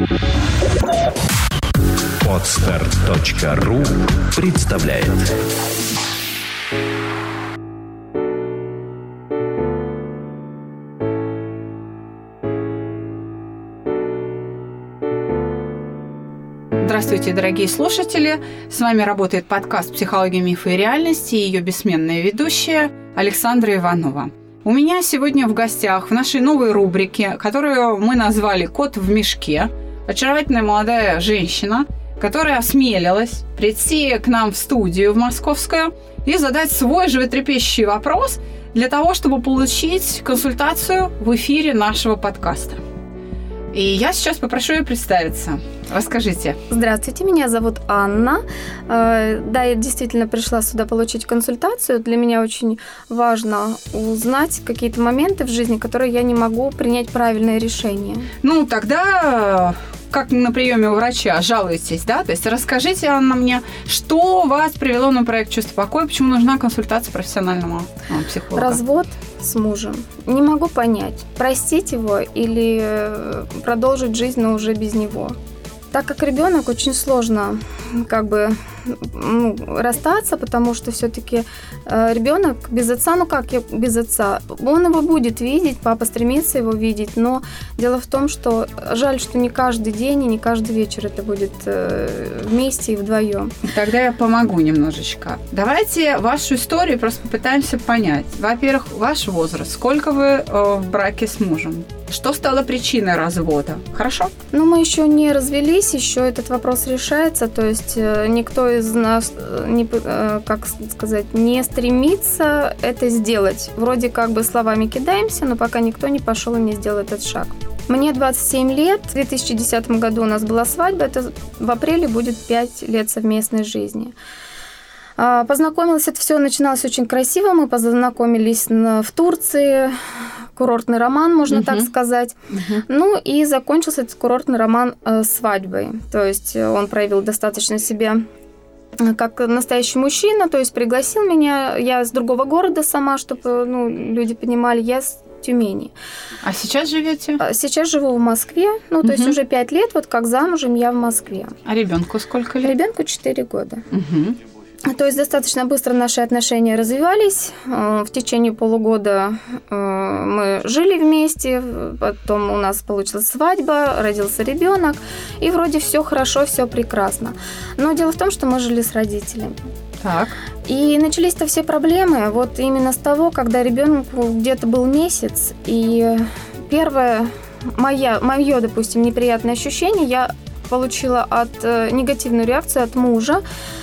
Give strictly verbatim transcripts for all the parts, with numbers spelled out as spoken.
Подстер точка ру представляет. Здравствуйте, дорогие слушатели! С вами работает подкаст «Психология, мифы и реальности» и ее бессменная ведущая Александра Иванова. У меня сегодня в гостях в нашей новой рубрике, которую мы назвали «Кот в мешке», очаровательная молодая женщина, которая осмелилась прийти к нам в студию в Московскую и задать свой животрепещущий вопрос для того, чтобы получить консультацию в эфире нашего подкаста. И я сейчас попрошу ее представиться. Расскажите. Здравствуйте, меня зовут Анна. Да, я действительно пришла сюда получить консультацию. Для меня очень важно узнать какие-то моменты в жизни, которые я не могу принять правильное решение. Ну, тогда, как на приеме у врача, жалуетесь, да? То есть расскажите, Анна, мне, что вас привело на проект «Чувство покоя», почему нужна консультация профессионального психолога? Развод с мужем. Не могу понять, простить его или продолжить жизнь, но уже без него. Так как ребенок, очень сложно как бы ну, расстаться, потому что все-таки э, ребенок без отца, ну как без отца, он его будет видеть, папа стремится его видеть, но дело в том, что жаль, что не каждый день и не каждый вечер это будет э, вместе и вдвоем. Тогда я помогу немножечко. Давайте вашу историю просто попытаемся понять. Во-первых, ваш возраст, сколько вы э, в браке с мужем? Что стало причиной развода? Хорошо? Ну, мы еще не развелись, еще этот вопрос решается, то есть э, никто из нас, не, э, как сказать, не стремится это сделать. Вроде как бы словами кидаемся, но пока никто не пошел и не сделал этот шаг. Мне двадцать семь лет, в две тысячи десятом году у нас была свадьба, это в апреле будет пять лет совместной жизни. Познакомилась, это все начиналось очень красиво, мы познакомились в Турции, курортный роман, можно uh-huh. так сказать. Uh-huh. Ну и закончился этот курортный роман э, свадьбой. То есть он проявил достаточно себя как настоящий мужчина, то есть пригласил меня, я с другого города сама, чтобы ну, люди понимали, я с Тюмени. А сейчас живете? Сейчас живу в Москве, ну то uh-huh. есть уже пять лет, вот как замужем я в Москве. А ребенку сколько лет? Ребенку четыре года. Uh-huh. То есть достаточно быстро наши отношения развивались. В течение полугода мы жили вместе, потом у нас получилась свадьба, родился ребенок, и вроде все хорошо, все прекрасно. Но дело в том, что мы жили с родителями. Так. И начались-то все проблемы вот именно с того, когда ребенку где-то был месяц, и первое моя, мое, допустим, неприятное ощущение я получила от негативную реакцию от мужа.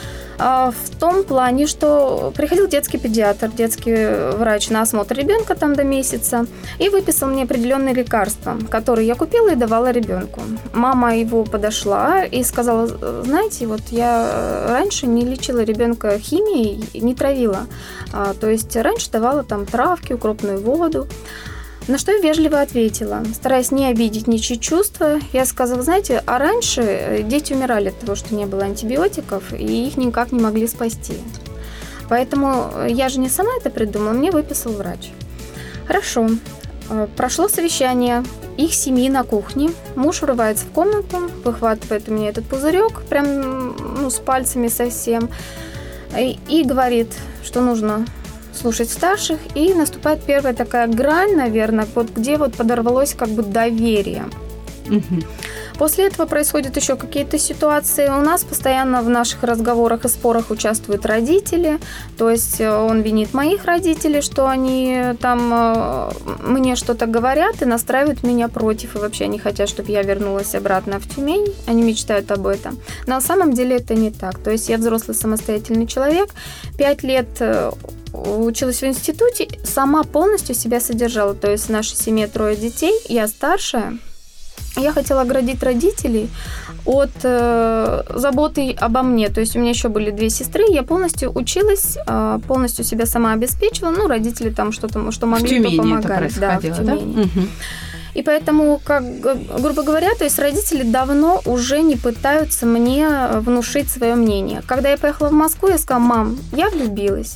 В том плане, что приходил детский педиатр, детский врач на осмотр ребенка там до месяца и выписал мне определенные лекарства, которые я купила и давала ребенку. Мама его подошла и сказала: знаете, вот я раньше не лечила ребенка химией, не травила. То есть раньше давала там травки, укропную воду. На что я вежливо ответила, стараясь не обидеть ничьи чувства. Я сказала: знаете, а раньше дети умирали от того, что не было антибиотиков, и их никак не могли спасти. Поэтому я же не сама это придумала, мне выписал врач. Хорошо. Прошло совещание их семьи на кухне. Муж врывается в комнату, выхватывает у меня этот пузырек, прям ну, с пальцами совсем, и, и говорит, что нужно слушать старших, и наступает первая такая грань, наверное, вот где вот подорвалось как бы доверие. Угу. После этого происходят еще какие-то ситуации. У нас постоянно в наших разговорах и спорах участвуют родители, то есть он винит моих родителей, что они там мне что-то говорят и настраивают меня против, и вообще они хотят, чтобы я вернулась обратно в Тюмень, они мечтают об этом. Но на самом деле это не так, то есть я взрослый самостоятельный человек, пять лет училась в институте, сама полностью себя содержала. То есть в нашей семье трое детей, я старшая. Я хотела оградить родителей от э, заботы обо мне. То есть у меня еще были две сестры, я полностью училась, э, полностью себя сама обеспечивала. Ну, родители там что-то, что могли, то помогали. Да, в Тюмени. Да? Угу. И поэтому, как, грубо говоря, то есть родители давно уже не пытаются мне внушить свое мнение. Когда я поехала в Москву, я сказала: мам, я влюбилась.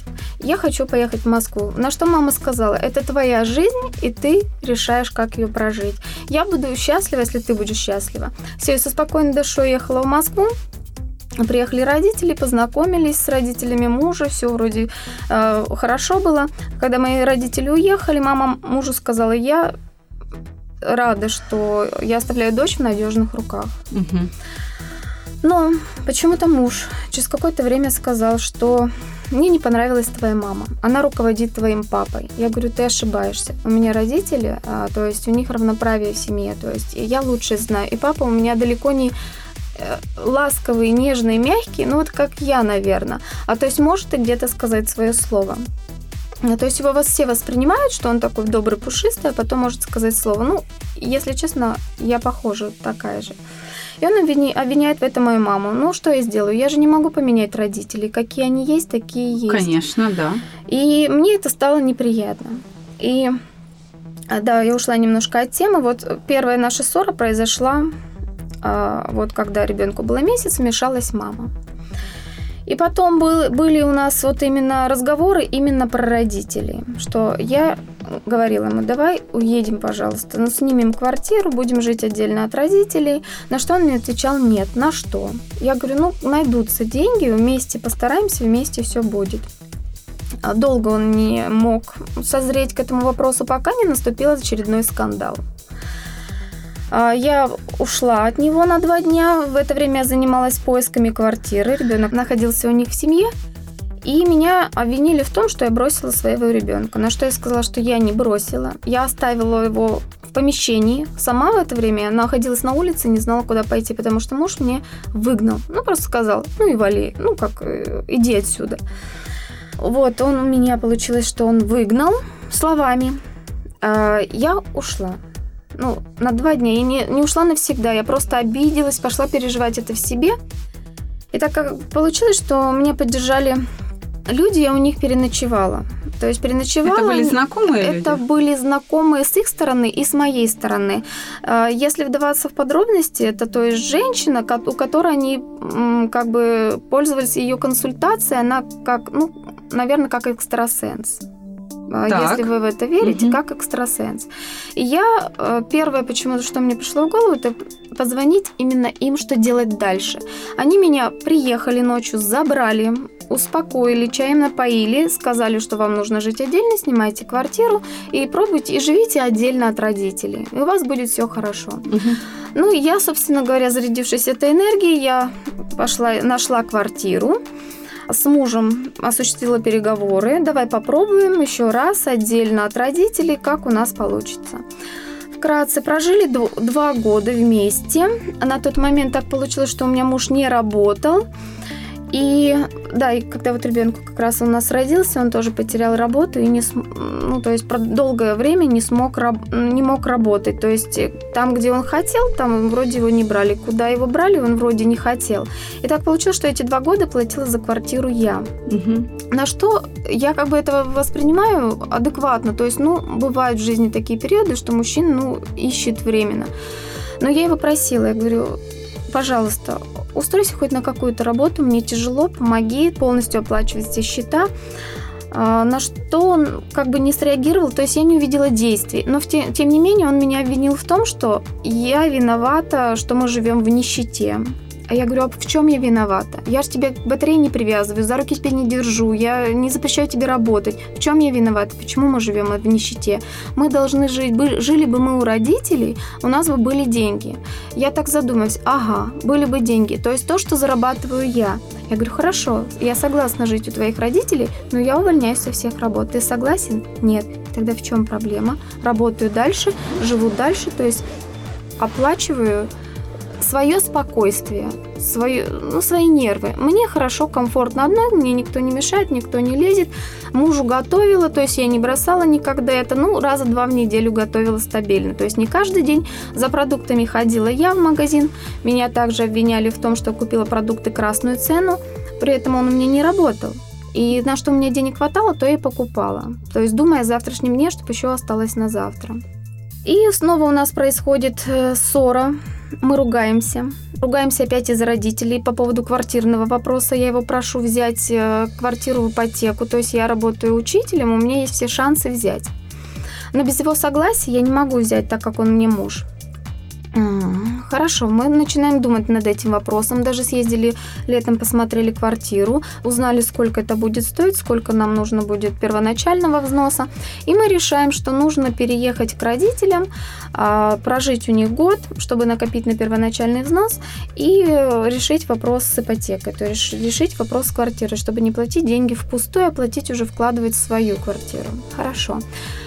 я хочу поехать в Москву. На что мама сказала, это твоя жизнь, и ты решаешь, как ее прожить. Я буду счастлива, если ты будешь счастлива. Все, я со спокойной душой ехала в Москву. Приехали родители, познакомились с родителями мужа, все вроде э, хорошо было. Когда мои родители уехали, мама мужу сказала, я рада, что я оставляю дочь в надежных руках. Угу. Но почему-то муж через какое-то время сказал, что мне не понравилась твоя мама, она руководит твоим папой. Я говорю, ты ошибаешься. У меня родители, а, то есть у них равноправие в семье, то есть я лучше знаю. И папа у меня далеко не ласковый, нежный, мягкий, ну вот как я, наверное. А то есть может и где-то сказать свое слово. То есть его вас все воспринимают, что он такой добрый, пушистый, а потом может сказать слово. Ну, если честно, я похожа такая же. И он обвини, обвиняет в этом мою маму. Ну, что я сделаю? Я же не могу поменять родителей. Какие они есть, такие есть. Конечно, да. И мне это стало неприятно. И да, я ушла немножко от темы. Вот первая наша ссора произошла, вот когда ребенку было месяц, вмешалась мама. И потом был, были у нас вот именно разговоры именно про родителей, что я говорила ему, давай уедем, пожалуйста, ну, снимем квартиру, будем жить отдельно от родителей. На что он мне отвечал, нет, на что? Я говорю, ну, найдутся деньги, вместе постараемся, вместе все будет. Долго он не мог созреть к этому вопросу, пока не наступил очередной скандал. Я ушла от него на два дня. В это время я занималась поисками квартиры. Ребенок находился у них в семье. И меня обвинили в том, что я бросила своего ребенка. На что я сказала, что я не бросила. Я оставила его в помещении. Сама в это время находилась на улице, не знала, куда пойти, потому что муж мне выгнал. Ну, просто сказал, ну и вали, ну как, иди отсюда. Вот, он у меня получилось, что он выгнал словами. Я ушла. Ну, на два дня. Я не, не ушла навсегда. Я просто обиделась, пошла переживать это в себе. И так как получилось, что меня поддержали люди, я у них переночевала. То есть переночевала... Это были знакомые люди? Это были знакомые с их стороны и с моей стороны. Если вдаваться в подробности, это то есть женщина, у которой они как бы пользовались ее консультацией, она как, ну, наверное, как экстрасенс. Так. Если вы в это верите, угу. как экстрасенс. И я первое, почему-то, что мне пришло в голову, это позвонить именно им, что делать дальше. Они меня приехали ночью, забрали, успокоили, чаем напоили, сказали, что вам нужно жить отдельно, снимайте квартиру и пробуйте, и живите отдельно от родителей. И у вас будет все хорошо. Угу. Ну, и я, собственно говоря, зарядившись этой энергией, я пошла, нашла квартиру. С мужем осуществила переговоры. Давай попробуем еще раз отдельно от родителей, как у нас получится. Вкратце, прожили два года вместе. На тот момент так получилось, что у меня муж не работал. И да, и когда вот ребенку как раз у нас родился, он тоже потерял работу и не, ну, то есть долгое время не смог, не мог работать. То есть там, где он хотел, там вроде его не брали. Куда его брали, он вроде не хотел. И так получилось, что эти два года платила за квартиру я. Угу. На что я как бы это воспринимаю адекватно. То есть, ну, бывают в жизни такие периоды, что мужчина, ну, ищет временно. Но я его просила, я говорю, пожалуйста, устройся хоть на какую-то работу, мне тяжело, помоги полностью оплачивать все счета. На что он как бы не среагировал, то есть я не увидела действий. Но тем, тем не менее он меня обвинил в том, что я виновата, что мы живем в нищете. А я говорю, а в чем я виновата? Я же тебя к батарее не привязываю, за руки тебя не держу, я не запрещаю тебе работать. В чем я виновата? Почему мы живем в нищете? Мы должны жить, жили бы мы у родителей, у нас бы были деньги. Я так задумалась, ага, были бы деньги, то есть то, что зарабатываю я. Я говорю, хорошо, я согласна жить у твоих родителей, но я увольняюсь со всех работ. Ты согласен? Нет. Тогда в чем проблема? Работаю дальше, живу дальше, то есть оплачиваю свое спокойствие, свое, ну, свои нервы. Мне хорошо, комфортно одна, мне никто не мешает, никто не лезет. Мужу готовила, то есть я не бросала никогда это. Ну, раза два в неделю готовила стабильно. То есть не каждый день за продуктами ходила я в магазин. Меня также обвиняли в том, что купила продукты красную цену. При этом он у меня не работал. И на что у меня денег хватало, то я и покупала. То есть думая о завтрашнем дне, чтобы еще осталось на завтра. И снова у нас происходит ссора. мы ругаемся. Ругаемся опять из-за родителей по поводу квартирного вопроса. Я его прошу взять квартиру в ипотеку. То есть я работаю учителем, у меня есть все шансы взять. Но без его согласия я не могу взять, так как он мне муж. Хорошо, мы начинаем думать над этим вопросом. Даже съездили летом, посмотрели квартиру, узнали, сколько это будет стоить, сколько нам нужно будет первоначального взноса. И мы решаем, что нужно переехать к родителям, прожить у них год, чтобы накопить на первоначальный взнос и решить вопрос с ипотекой, то есть решить вопрос с квартирой, чтобы не платить деньги впустую, а платить уже вкладывать в свою квартиру. Хорошо.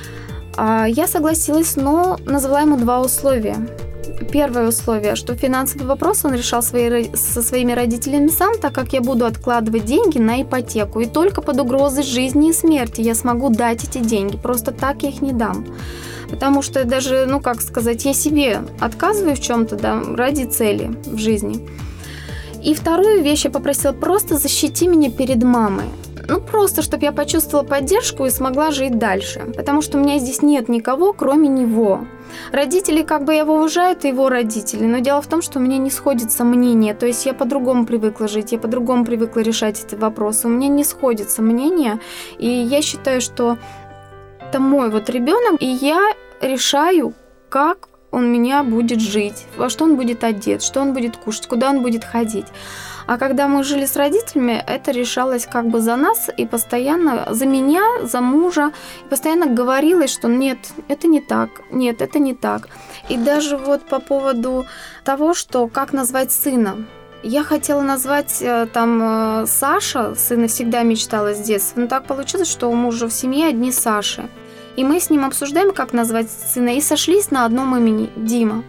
Я согласилась, но назвала ему два условия. Первое условие, что финансовый вопрос он решал свои, со своими родителями сам, так как я буду откладывать деньги на ипотеку. И только под угрозой жизни и смерти я смогу дать эти деньги. Просто так я их не дам. Потому что даже, ну как сказать, я себе отказываю в чем-то, да, ради цели в жизни. И вторую вещь я попросила: просто защити меня перед мамой. Ну, просто, чтобы я почувствовала поддержку и смогла жить дальше. Потому что у меня здесь нет никого, кроме него. Родители, как бы я его уважаю, это его родители. Но дело в том, что у меня не сходится мнение. То есть я по-другому привыкла жить, я по-другому привыкла решать эти вопросы. У меня не сходится мнение. И я считаю, что это мой вот ребенок, и я решаю, как он меня будет жить, во что он будет одет, что он будет кушать, куда он будет ходить. А когда мы жили с родителями, это решалось как бы за нас и постоянно за меня, за мужа. И постоянно говорилось, что нет, это не так, нет, это не так. И даже вот по поводу того, что как назвать сына. Я хотела назвать там Саша, сына всегда мечтала с детства, но так получилось, что у мужа в семье одни Саши. И мы с ним обсуждаем, как назвать сына, и сошлись на одном имени – Дима.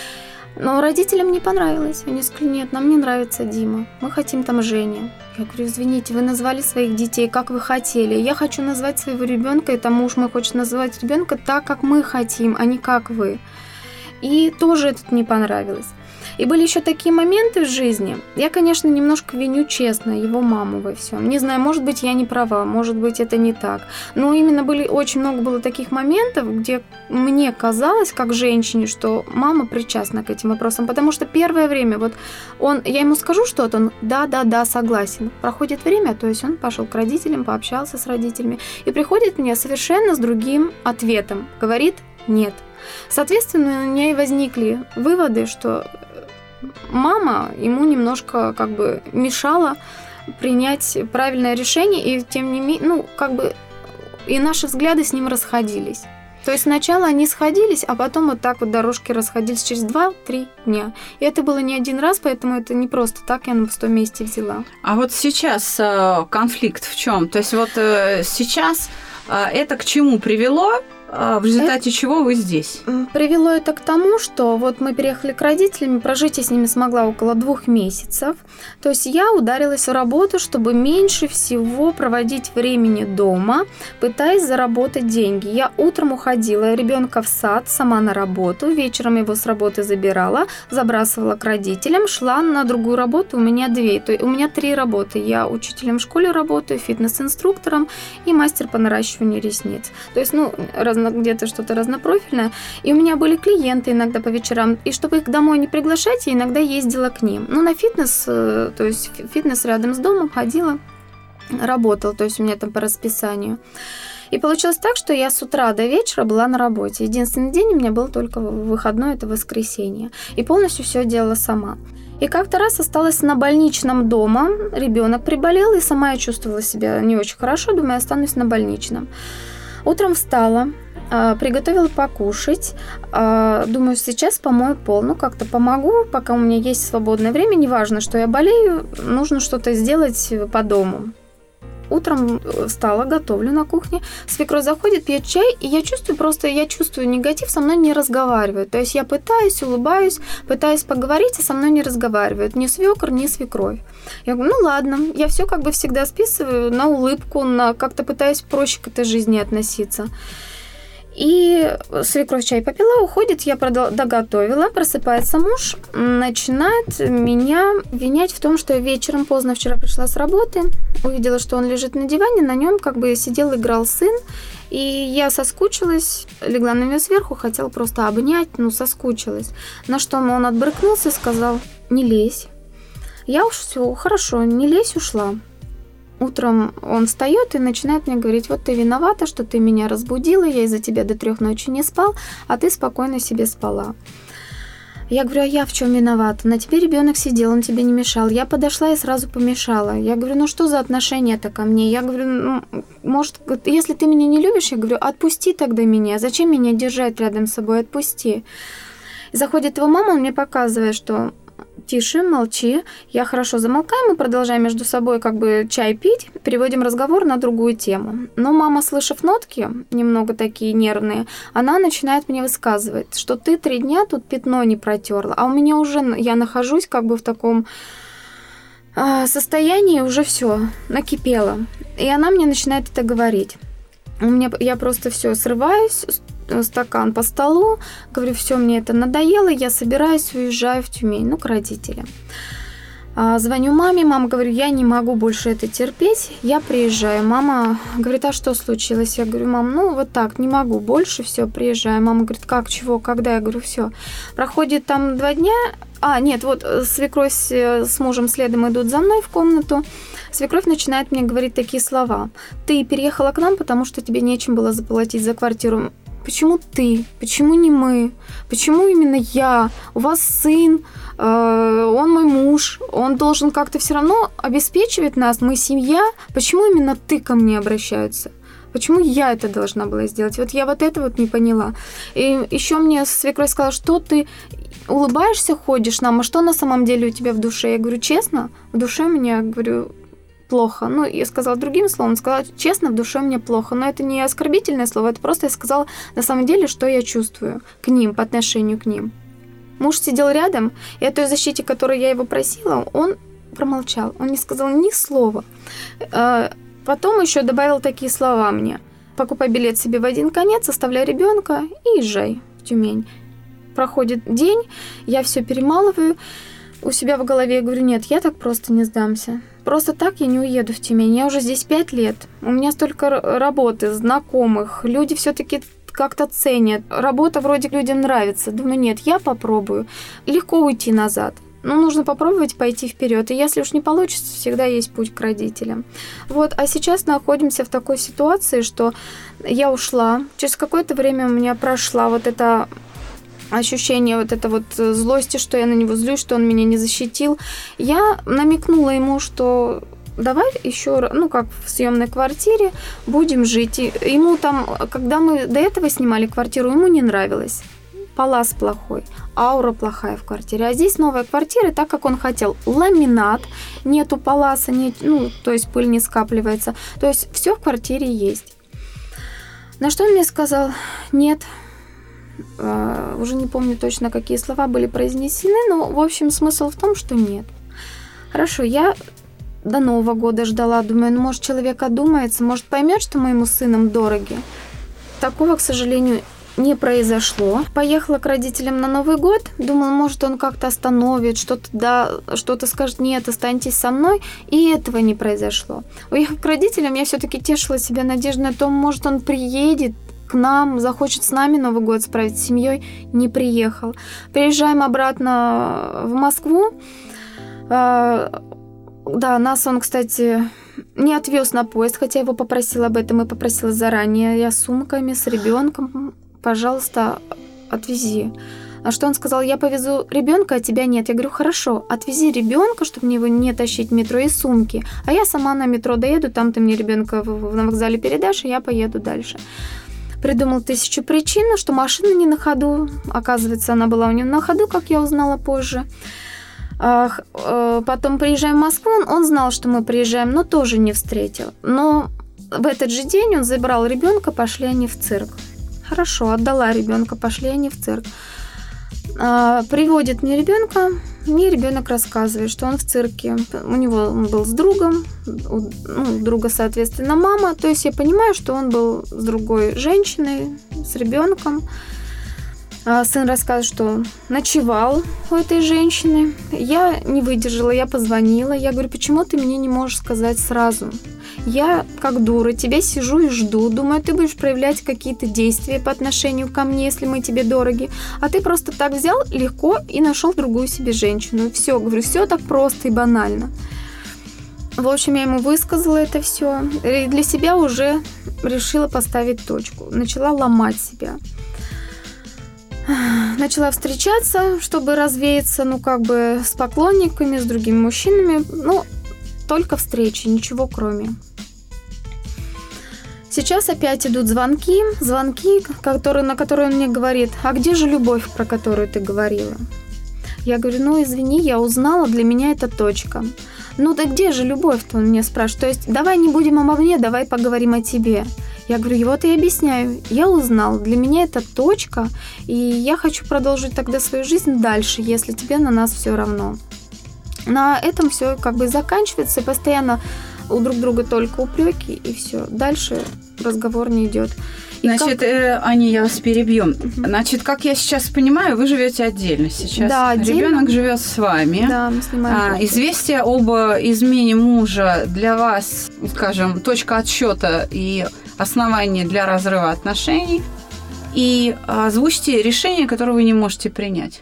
Но родителям не понравилось. Они сказали: нет, нам не нравится Дима, мы хотим там Женя. Я говорю: извините, вы назвали своих детей, как вы хотели. Я хочу назвать своего ребенка, это муж мой хочет назвать ребенка так, как мы хотим, а не как вы. И тоже это не понравилось. И были еще такие моменты в жизни. Я, конечно, немножко виню честно его маму во всем. Не знаю, может быть, я не права, может быть, это не так. Но именно были очень много было таких моментов, где мне казалось, как женщине, что мама причастна к этим вопросам. Потому что первое время, вот он, я ему скажу что-то, он да-да-да, согласен. Проходит время, то есть он пошел к родителям, пообщался с родителями и приходит мне совершенно с другим ответом. Говорит: нет. Соответственно, у меня и возникли выводы, что мама ему немножко как бы мешала принять правильное решение, и тем не менее, ну, как бы и наши взгляды с ним расходились. То есть сначала они сходились, а потом вот так вот дорожки расходились через два-три дня. И это было не один раз, поэтому это не просто так я на пустом месте взяла. А вот сейчас э, конфликт в чем? То есть вот э, сейчас э, это к чему привело? В результате это... чего вы здесь? Привело это к тому, что вот мы переехали к родителям, прожить я с ними смогла около двух месяцев. То есть я ударилась в работу, чтобы меньше всего проводить времени дома, пытаясь заработать деньги. Я утром уходила ребенка в сад, сама на работу, вечером его с работы забирала, забрасывала к родителям, шла на другую работу. У меня две, то есть у меня три работы. Я учителем в школе работаю, фитнес-инструктором и мастер по наращиванию ресниц. То есть, ну, раз где-то что-то разнопрофильное. И у меня были клиенты иногда по вечерам. И чтобы их домой не приглашать, я иногда ездила к ним. Ну, на фитнес, то есть фитнес рядом с домом ходила, работала. То есть у меня там по расписанию. И получилось так, что я с утра до вечера была на работе. Единственный день у меня был только выходной, это воскресенье. И полностью все делала сама. И как-то раз осталась на больничном дома. Ребенок приболел, и сама я чувствовала себя не очень хорошо. Думаю, останусь на больничном. Утром встала, приготовила покушать. Думаю, сейчас помою пол. Ну, как-то помогу, пока у меня есть свободное время. Неважно, что я болею, нужно что-то сделать по дому. Утром встала, готовлю на кухне. Свекровь заходит, пьет чай, и я чувствую просто, я чувствую негатив, со мной не разговаривают. То есть я пытаюсь, улыбаюсь, пытаюсь поговорить, а со мной не разговаривают. Ни свекр, ни свекровь. Я говорю: ну ладно, я все как бы всегда списываю на улыбку, на как-то пытаюсь проще к этой жизни относиться. И свекровь чай попила, уходит, я продол- доготовила, просыпается муж, начинает меня винять в том, что я вечером поздно вчера пришла с работы, увидела, что он лежит на диване, на нем как бы сидел, играл сын, и я соскучилась, легла на него сверху, хотела просто обнять, ну, соскучилась. На что он отбрыкнулся и сказал: не лезь. Я уж все, хорошо, не лезь, ушла. Утром он встает и начинает мне говорить: вот ты виновата, что ты меня разбудила, я из-за тебя до трех ночи не спал, а ты спокойно себе спала. Я говорю: а я в чем виновата? На тебе ребенок сидел, он тебе не мешал. Я подошла и сразу помешала. Я говорю: ну что за отношение-то ко мне? Я говорю: ну, может, если ты меня не любишь, я говорю, отпусти тогда меня. Зачем меня держать рядом с собой? Отпусти. Заходит его мама, он мне показывает, что тише, молчи. Я хорошо замолкаю, мы продолжаем между собой как бы чай пить, переводим разговор на другую тему. Но мама, слышав нотки, немного такие нервные, она начинает мне высказывать, что ты три дня тут пятно не протерла, а у меня уже, я нахожусь как бы в таком э, состоянии, уже все накипело. И она мне начинает это говорить. У меня, я просто все срываюсь, стакан по столу, говорю: все, мне это надоело, я собираюсь, уезжаю в Тюмень, ну, к родителям. А, звоню маме, мама, говорю: я не могу больше это терпеть, я приезжаю. Мама говорит: а что случилось? Я говорю: мам, ну, вот так, не могу больше, все, приезжаю. Мама говорит: как, чего, когда? Я говорю: все. Проходит там два дня, а, нет, вот свекровь с, с мужем следом идут за мной в комнату. Свекровь начинает мне говорить такие слова: ты переехала к нам, потому что тебе нечем было заплатить за квартиру. Почему ты? Почему не мы? Почему именно я? У вас сын, э, он мой муж, он должен как-то все равно обеспечивать нас, мы семья. Почему именно ты ко мне обращаются? Почему я это должна была сделать? Вот я вот это вот не поняла. И еще мне свекровь сказала: что ты улыбаешься, ходишь нам, а что на самом деле у тебя в душе? Я говорю: честно, в душе у меня, говорю, плохо. Ну, я сказала другим словом, сказала: честно, в душе мне плохо. Но это не оскорбительное слово, это просто я сказала на самом деле, что я чувствую к ним, по отношению к ним. Муж сидел рядом, и о той защите, которую я его просила, он промолчал, он не сказал ни слова. Потом еще добавил такие слова мне: покупай билет себе в один конец, оставляй ребенка и езжай в Тюмень. Проходит день, я все перемалываю у себя в голове, я говорю: нет, я так просто не сдамся. Просто так я не уеду в Тюмень. Я уже здесь пять лет. У меня столько работы, знакомых. Люди все-таки как-то ценят. Работа вроде людям нравится. Думаю, нет, я попробую. Легко уйти назад. Но нужно попробовать пойти вперед. И если уж не получится, всегда есть путь к родителям. Вот. А сейчас находимся в такой ситуации, что я ушла. Через какое-то время у меня прошла вот эта ощущение вот это вот злости, что я на него злюсь, что он меня не защитил. Я намекнула ему, что давай еще, ну как в съемной квартире, будем жить. И ему там, когда мы до этого снимали квартиру, ему не нравилось. Палас плохой, аура плохая в квартире. А здесь новая квартира, так как он хотел. Ламинат, нету паласа, нет, ну, то есть пыль не скапливается. То есть все в квартире есть. На что он мне сказал: нет. Uh, уже не помню точно, какие слова были произнесены, но, в общем, смысл в том, что нет. Хорошо, я до Нового года ждала, думаю, ну, может, человек одумается, может, поймет, что мы ему с сыном дороги. Такого, к сожалению, не произошло. Поехала к родителям на Новый год, думала, может, он как-то остановит, что-то, да, что-то скажет: нет, останьтесь со мной, и этого не произошло. Уехав к родителям, я все-таки тешила себя надеждой на то, может, он приедет к нам, захочет с нами Новый год справить, с семьей. Не приехал. Приезжаем обратно в Москву. Да, нас он, кстати, не отвез на поезд, хотя его попросила об этом и попросила заранее. Я с сумками, с ребенком. Пожалуйста, отвези. А что он сказал? Я повезу ребенка, а тебя нет. Я говорю: хорошо, отвези ребенка, чтобы мне его не тащить в метро, и сумки. А я сама на метро доеду, там ты мне ребенка на вокзале передашь, и я поеду дальше. Придумал тысячу причин, что машина не на ходу. Оказывается, она была у него на ходу, как я узнала позже. Потом приезжаем в Москву, он знал, что мы приезжаем, но тоже не встретил. Но в этот же день он забрал ребенка, пошли они в цирк. Хорошо, отдала ребенка, пошли они в цирк. Приводит мне ребенка, мне ребенок рассказывает, что он в цирке. У него он был с другом, у ну, друга, соответственно, мама. То есть я понимаю, что он был с другой женщиной, с ребенком. А сын рассказывает, что ночевал у этой женщины. Я не выдержала, я позвонила. Я говорю, почему ты мне не можешь сказать сразу? Я, как дура, тебя сижу и жду. Думаю, ты будешь проявлять какие-то действия по отношению ко мне, если мы тебе дороги. А ты просто так взял легко и нашел другую себе женщину. Все, говорю, все так просто и банально. В общем, я ему высказала это все. И для себя уже решила поставить точку. Начала ломать себя. Начала встречаться, чтобы развеяться, ну, как бы с поклонниками, с другими мужчинами. Ну, только встречи, ничего кроме. Сейчас опять идут звонки, звонки, которые, на которые он мне говорит, а где же любовь, про которую ты говорила? Я говорю, ну, извини, я узнала, для меня это точка. Ну, да где же любовь-то, он меня спрашивает. То есть, давай не будем обо мне, давай поговорим о тебе. Я говорю, вот и объясняю. Я узнала, для меня это точка, и я хочу продолжить тогда свою жизнь дальше, если тебе на нас все равно. На этом все как бы заканчивается, и постоянно у друг друга только упреки, и все. Дальше разговор не идет. И Значит, как... э, Аня, я вас перебью. Угу. Значит, как я сейчас понимаю, вы живете отдельно сейчас. Да, отдельно. Ребенок живет с вами. Да, мы снимаем. А, известие об измене мужа для вас, скажем, точка отсчета и основание для разрыва отношений. И озвучьте решение, которое вы не можете принять.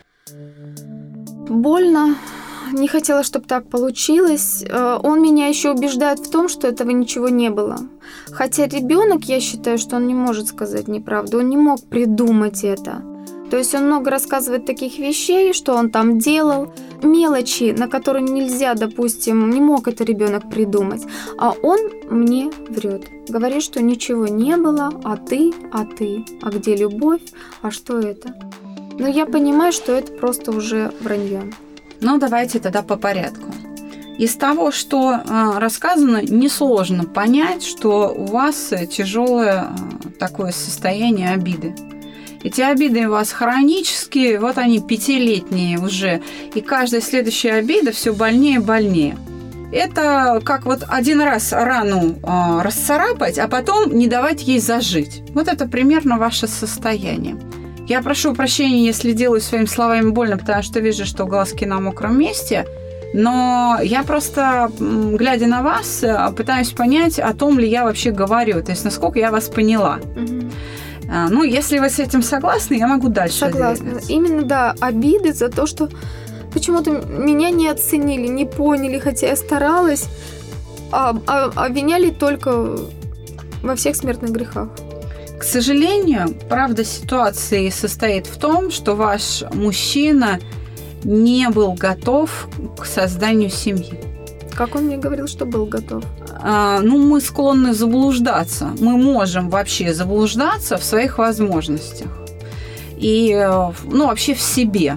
Больно. Не хотела, чтобы так получилось. Он меня еще убеждает в том, что этого ничего не было. Хотя ребенок, я считаю, что он не может сказать неправду. Он не мог придумать это. То есть он много рассказывает таких вещей, что он там делал, мелочи, на которые нельзя, допустим, не мог это ребенок придумать. А он мне врет. Говорит, что ничего не было, а ты, а ты, а где любовь, а что это? Но я понимаю, что это просто уже вранье. Ну, давайте тогда по порядку. Из того, что э, рассказано, несложно понять, что у вас тяжелое э, такое состояние обиды. Эти обиды у вас хронические, вот они пятилетние уже, и каждая следующая обида все больнее и больнее. Это как вот один раз рану э, расцарапать, а потом не давать ей зажить. Вот это примерно ваше состояние. Я прошу прощения, если делаю своими словами больно, потому что вижу, что глазки на мокром месте. Но я просто, глядя на вас, пытаюсь понять, о том ли я вообще говорю. То есть, насколько я вас поняла. Угу. Ну, если вы с этим согласны, я могу дальше Согласна. Двигаться. Именно, да, обиды за то, что почему-то меня не оценили, не поняли, хотя я старалась, а, а обвиняли только во всех смертных грехах. К сожалению, правда ситуации состоит в том, что ваш мужчина не был готов к созданию семьи. Как он мне говорил, что был готов? А, ну, мы склонны заблуждаться. Мы можем вообще заблуждаться в своих возможностях. И, ну, вообще в себе.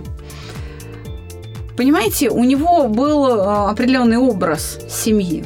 Понимаете, у него был определенный образ семьи.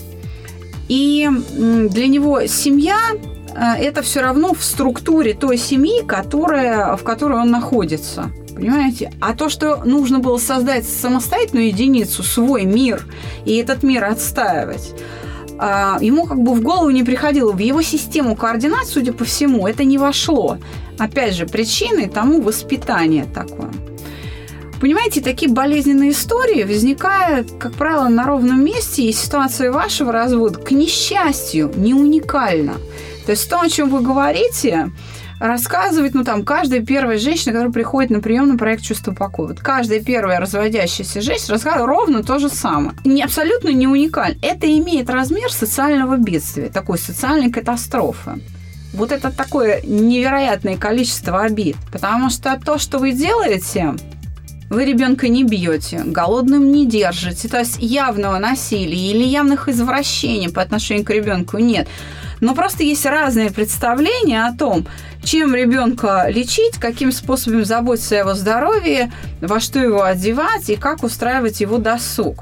И для него семья – это все равно в структуре той семьи, которая, в которой он находится. Понимаете? А то, что нужно было создать самостоятельную единицу, свой мир, и этот мир отстаивать, ему как бы в голову не приходило. В его систему координат, судя по всему, это не вошло. Опять же, причиной тому воспитание такое. Понимаете, такие болезненные истории возникают, как правило, на ровном месте, и ситуация вашего развода, к несчастью, не уникальна. То есть то, о чем вы говорите, рассказывает, ну, там, каждая первая женщина, которая приходит на прием на проект «Чувство покоя». Вот каждая первая разводящаяся женщина рассказывает ровно то же самое. Не, абсолютно не уникально. Это имеет размер социального бедствия, такой социальной катастрофы. Вот это такое невероятное количество обид. Потому что то, что вы делаете, вы ребенка не бьете, голодным не держите. То есть явного насилия или явных извращений по отношению к ребенку нет. Но просто есть разные представления о том, чем ребенка лечить, каким способом заботиться о его здоровье, во что его одевать и как устраивать его досуг.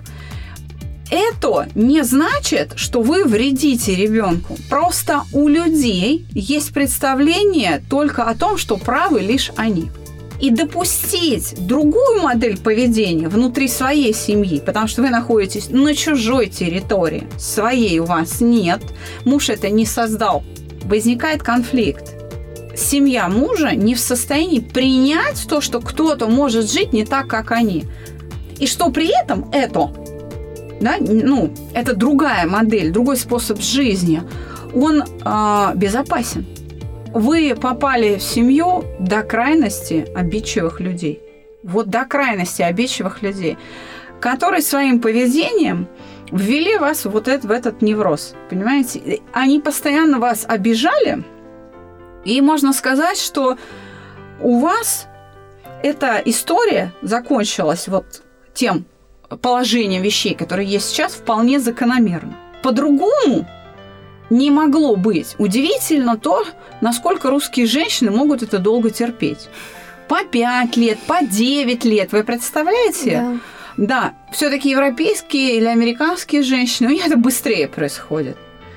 Это не значит, что вы вредите ребенку. Просто у людей есть представление только о том, что правы лишь они. и допустить другую модель поведения внутри своей семьи, потому что вы находитесь на чужой территории, своей у вас нет, муж это не создал, возникает конфликт. Семья мужа не в состоянии принять то, что кто-то может жить не так, как они. И что при этом это, да, ну, это другая модель, другой способ жизни, он э, безопасен. Вы попали в семью до крайности обидчивых людей. Вот до крайности обидчивых людей, которые своим поведением ввели вас вот это, в этот невроз. Понимаете? Они постоянно вас обижали, и можно сказать, что у вас эта история закончилась вот тем положением вещей, которое есть сейчас, вполне закономерно. По-другому не могло быть. Удивительно то, насколько русские женщины могут это долго терпеть. По пять лет, по девять лет. Вы представляете? Да. Да, все-таки европейские или американские женщины, у них это быстрее происходит.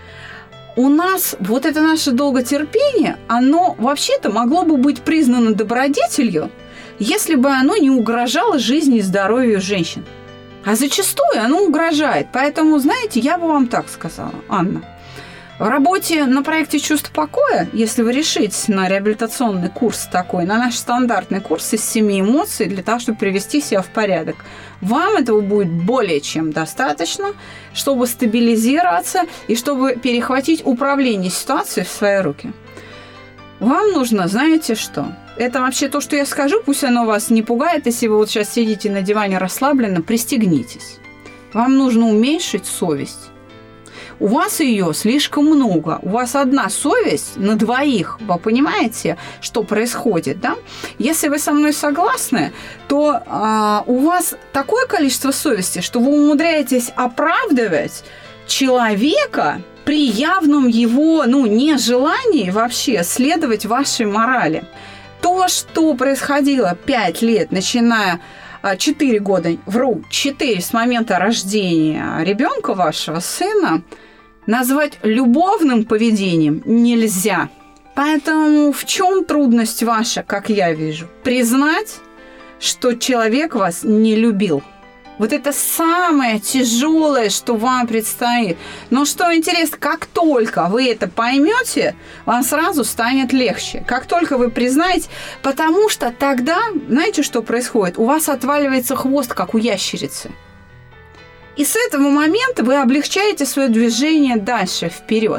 У нас вот это наше долготерпение, оно вообще-то могло бы быть признано добродетелью, если бы оно не угрожало жизни и здоровью женщин. А зачастую оно угрожает. Поэтому, знаете, я бы вам так сказала, Анна. В работе на проекте «Чувство покоя», если вы решитесь на реабилитационный курс такой, на наш стандартный курс из семи эмоций для того, чтобы привести себя в порядок, вам этого будет более чем достаточно, чтобы стабилизироваться и чтобы перехватить управление ситуацией в свои руки. Вам нужно, знаете что? Это вообще то, что я скажу, пусть оно вас не пугает, если вы вот сейчас сидите на диване расслабленно, пристегнитесь. Вам нужно уменьшить совесть. У вас ее слишком много. У вас одна совесть на двоих. Вы понимаете, что происходит, да? Если вы со мной согласны, то а, у вас такое количество совести, что вы умудряетесь оправдывать человека при явном его, ну, нежелании вообще следовать вашей морали. То, что происходило пять лет, начиная четыре года, вру, четыре с момента рождения ребенка вашего сына, назвать любовным поведением нельзя. Поэтому в чем трудность ваша, как я вижу? Признать, что человек вас не любил. Вот это самое тяжелое, что вам предстоит. Но что интересно, как только вы это поймете, вам сразу станет легче. Как только вы признаете, потому что тогда, знаете, что происходит? У вас отваливается хвост, как у ящерицы. И с этого момента вы облегчаете свое движение дальше, вперед.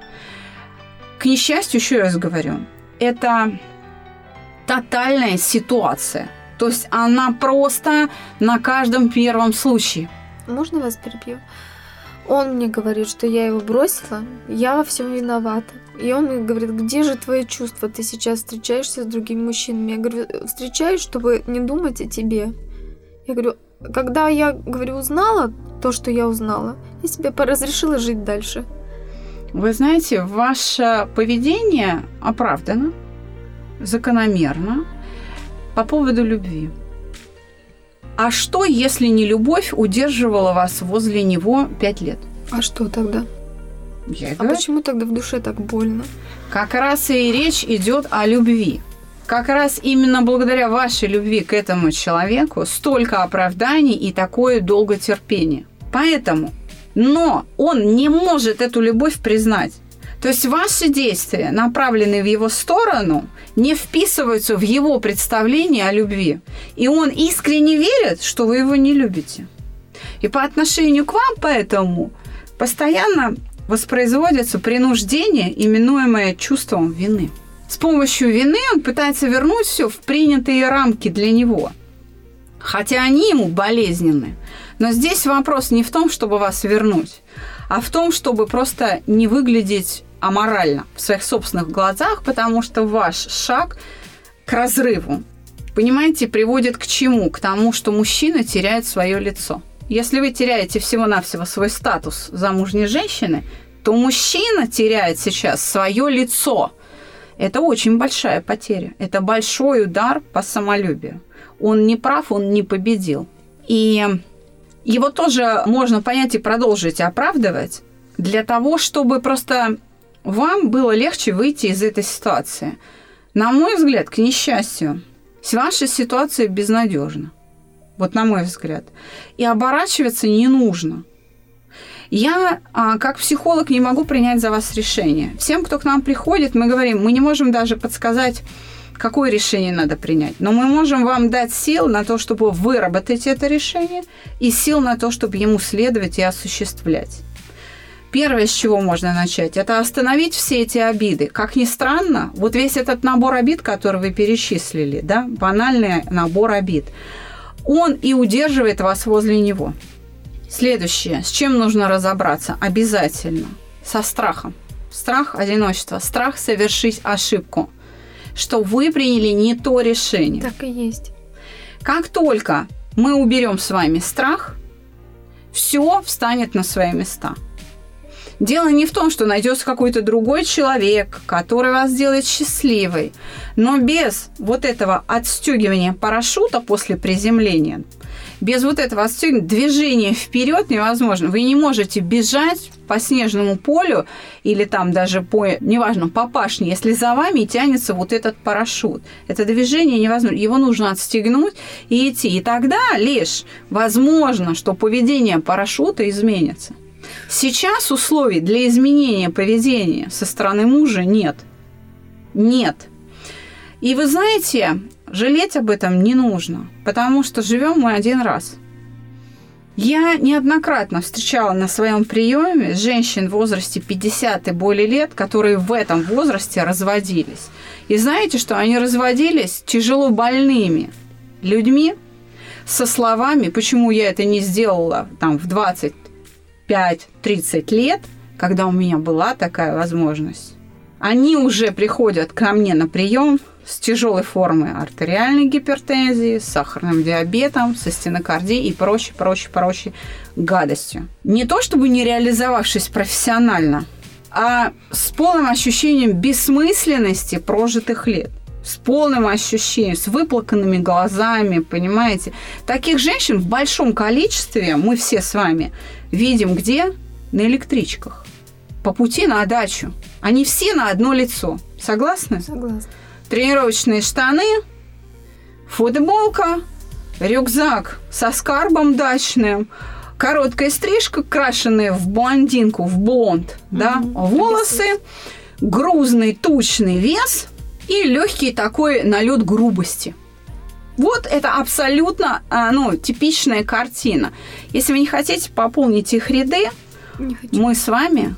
К несчастью, еще раз говорю, это тотальная ситуация. То есть она просто на каждом первом случае. Можно вас перебью? Он мне говорит, что я его бросила, я во всем виновата. И он мне говорит, где же твои чувства? Ты сейчас встречаешься с другими мужчинами. Я говорю, встречаюсь, чтобы не думать о тебе. Я говорю, когда я, говорю, узнала то, что я узнала, я себе разрешила жить дальше. Вы знаете, ваше поведение оправдано, закономерно. По поводу любви. А что, если не любовь удерживала вас возле него пять лет? А что тогда? Я а говорю, почему тогда в душе так больно? Как раз и речь идет о любви. Как раз именно благодаря вашей любви к этому человеку столько оправданий и такое долготерпение. Поэтому, но он не может эту любовь признать. То есть ваши действия, направленные в его сторону, не вписываются в его представление о любви. И он искренне верит, что вы его не любите. И по отношению к вам поэтому постоянно воспроизводится принуждение, именуемое чувством вины. С помощью вины он пытается вернуть все в принятые рамки для него. Хотя они ему болезненны. Но здесь вопрос не в том, чтобы вас вернуть, а в том, чтобы просто не выглядеть аморально в своих собственных глазах, потому что ваш шаг к разрыву, понимаете, приводит к чему? К тому, что мужчина теряет свое лицо. Если вы теряете всего-навсего свой статус замужней женщины, то мужчина теряет сейчас свое лицо. Это очень большая потеря. Это большой удар по самолюбию. Он не прав, он не победил. И его тоже можно понять и продолжить оправдывать для того, чтобы просто вам было легче выйти из этой ситуации. На мой взгляд, к несчастью, Ваша ситуация безнадежна. Вот на мой взгляд. И оборачиваться не нужно. Я, как психолог, не могу принять за вас решение. Всем, кто к нам приходит, мы говорим, мы не можем даже подсказать, какое решение надо принять. Но мы можем вам дать сил на то, чтобы выработать это решение, и сил на то, чтобы ему следовать и осуществлять. Первое, с чего можно начать, это остановить все эти обиды. Как ни странно, вот весь этот набор обид, который вы перечислили, да, банальный набор обид, он и удерживает вас возле него. Следующее, с чем нужно разобраться обязательно? Со страхом. Страх одиночества, страх совершить ошибку, что вы приняли не то решение. Так и есть. Как только мы уберем с вами страх, все встанет на свои места. Дело не в том, что найдется какой-то другой человек, который вас сделает счастливой, но без вот этого отстегивания парашюта после приземления, без вот этого отстегивания, движения вперед невозможно. Вы не можете бежать по снежному полю или там даже по, неважно, по пашне, если за вами тянется вот этот парашют. Это движение невозможно. Его нужно отстегнуть и идти. И тогда лишь возможно, что поведение парашюта изменится. Сейчас условий для изменения поведения со стороны мужа нет. Нет. И вы знаете, жалеть об этом не нужно, потому что живем мы один раз. Я неоднократно встречала на своем приеме женщин в возрасте пятьдесят и более лет, которые в этом возрасте разводились. И знаете, что они разводились тяжело больными людьми со словами, почему я это не сделала там в двадцать пять-тридцать лет, когда у меня была такая возможность. Они уже приходят ко мне на прием с тяжелой формой артериальной гипертензии, с сахарным диабетом, со стенокардией и прочей, прочей, прочей гадостью. Не то чтобы не реализовавшись профессионально, а с полным ощущением бессмысленности прожитых лет. С полным ощущением, с выплаканными глазами, понимаете. Таких женщин в большом количестве мы все с вами видим где? На электричках. По пути на дачу. Они все на одно лицо. Согласны? Согласна. Тренировочные штаны, футболка, рюкзак со скарбом дачным, короткая стрижка, крашеная в блондинку, в блонд, mm-hmm. да, волосы, грузный, тучный вес – и легкий такой налет грубости. Вот это абсолютно ну, типичная картина. Если вы не хотите пополнить их ряды, мы с вами.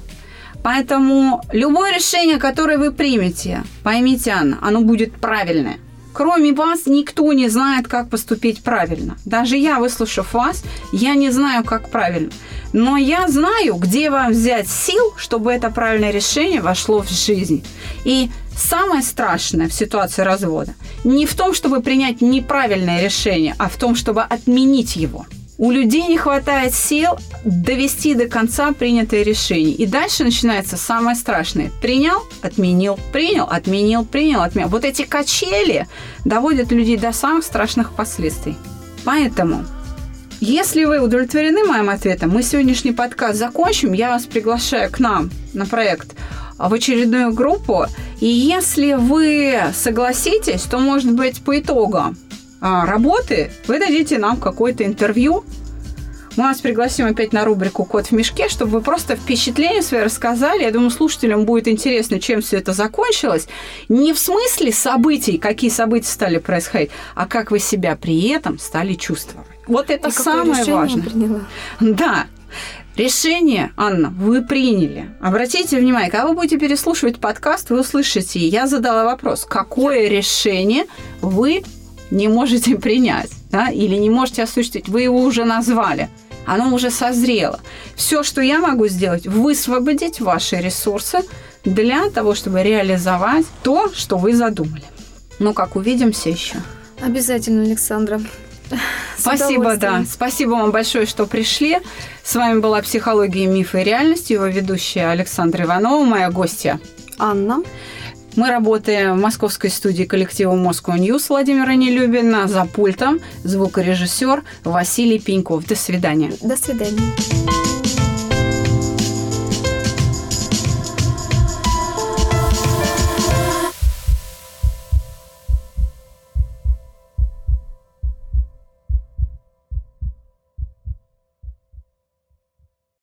Поэтому любое решение, которое вы примете, поймите, Анна, оно будет правильное. Кроме вас никто не знает, как поступить правильно. Даже я, выслушав вас, я не знаю, как правильно. Но я знаю, где вам взять сил, чтобы это правильное решение вошло в жизнь. И самое страшное в ситуации развода не в том, чтобы принять неправильное решение, а в том, чтобы отменить его. У людей не хватает сил довести до конца принятое решение. И дальше начинается самое страшное. Принял, отменил, принял, отменил, принял, отменил. Вот эти качели доводят людей до самых страшных последствий. Поэтому, если вы удовлетворены моим ответом, мы сегодняшний подкаст закончим. Я вас приглашаю к нам на проект в очередную группу. И если вы согласитесь, то, может быть, по итогам работы вы дадите нам какое-то интервью. Мы вас пригласим опять на рубрику «Кот в мешке», чтобы вы просто впечатления свои рассказали. Я думаю, слушателям будет интересно, чем все это закончилось. Не в смысле событий, какие события стали происходить, а как вы себя при этом стали чувствовать. Вот это самое важное. Приняла? Да. Решение, Анна, вы приняли. Обратите внимание, когда вы будете переслушивать подкаст, вы услышите, я задала вопрос, какое решение вы не можете принять, да, или не можете осуществить, вы его уже назвали, оно уже созрело. Все, что я могу сделать, высвободить ваши ресурсы для того, чтобы реализовать то, что вы задумали. Ну как, увидимся еще? Обязательно, Александра. Спасибо, да. Спасибо вам большое, что пришли. С вами была «Психология, мифы и реальность», его ведущая Александра Иванова, моя гостья Анна. Мы работаем в московской студии коллектива Moscow News Владимира Нелюбина. За пультом звукорежиссер Василий Пеньков. До свидания. До свидания.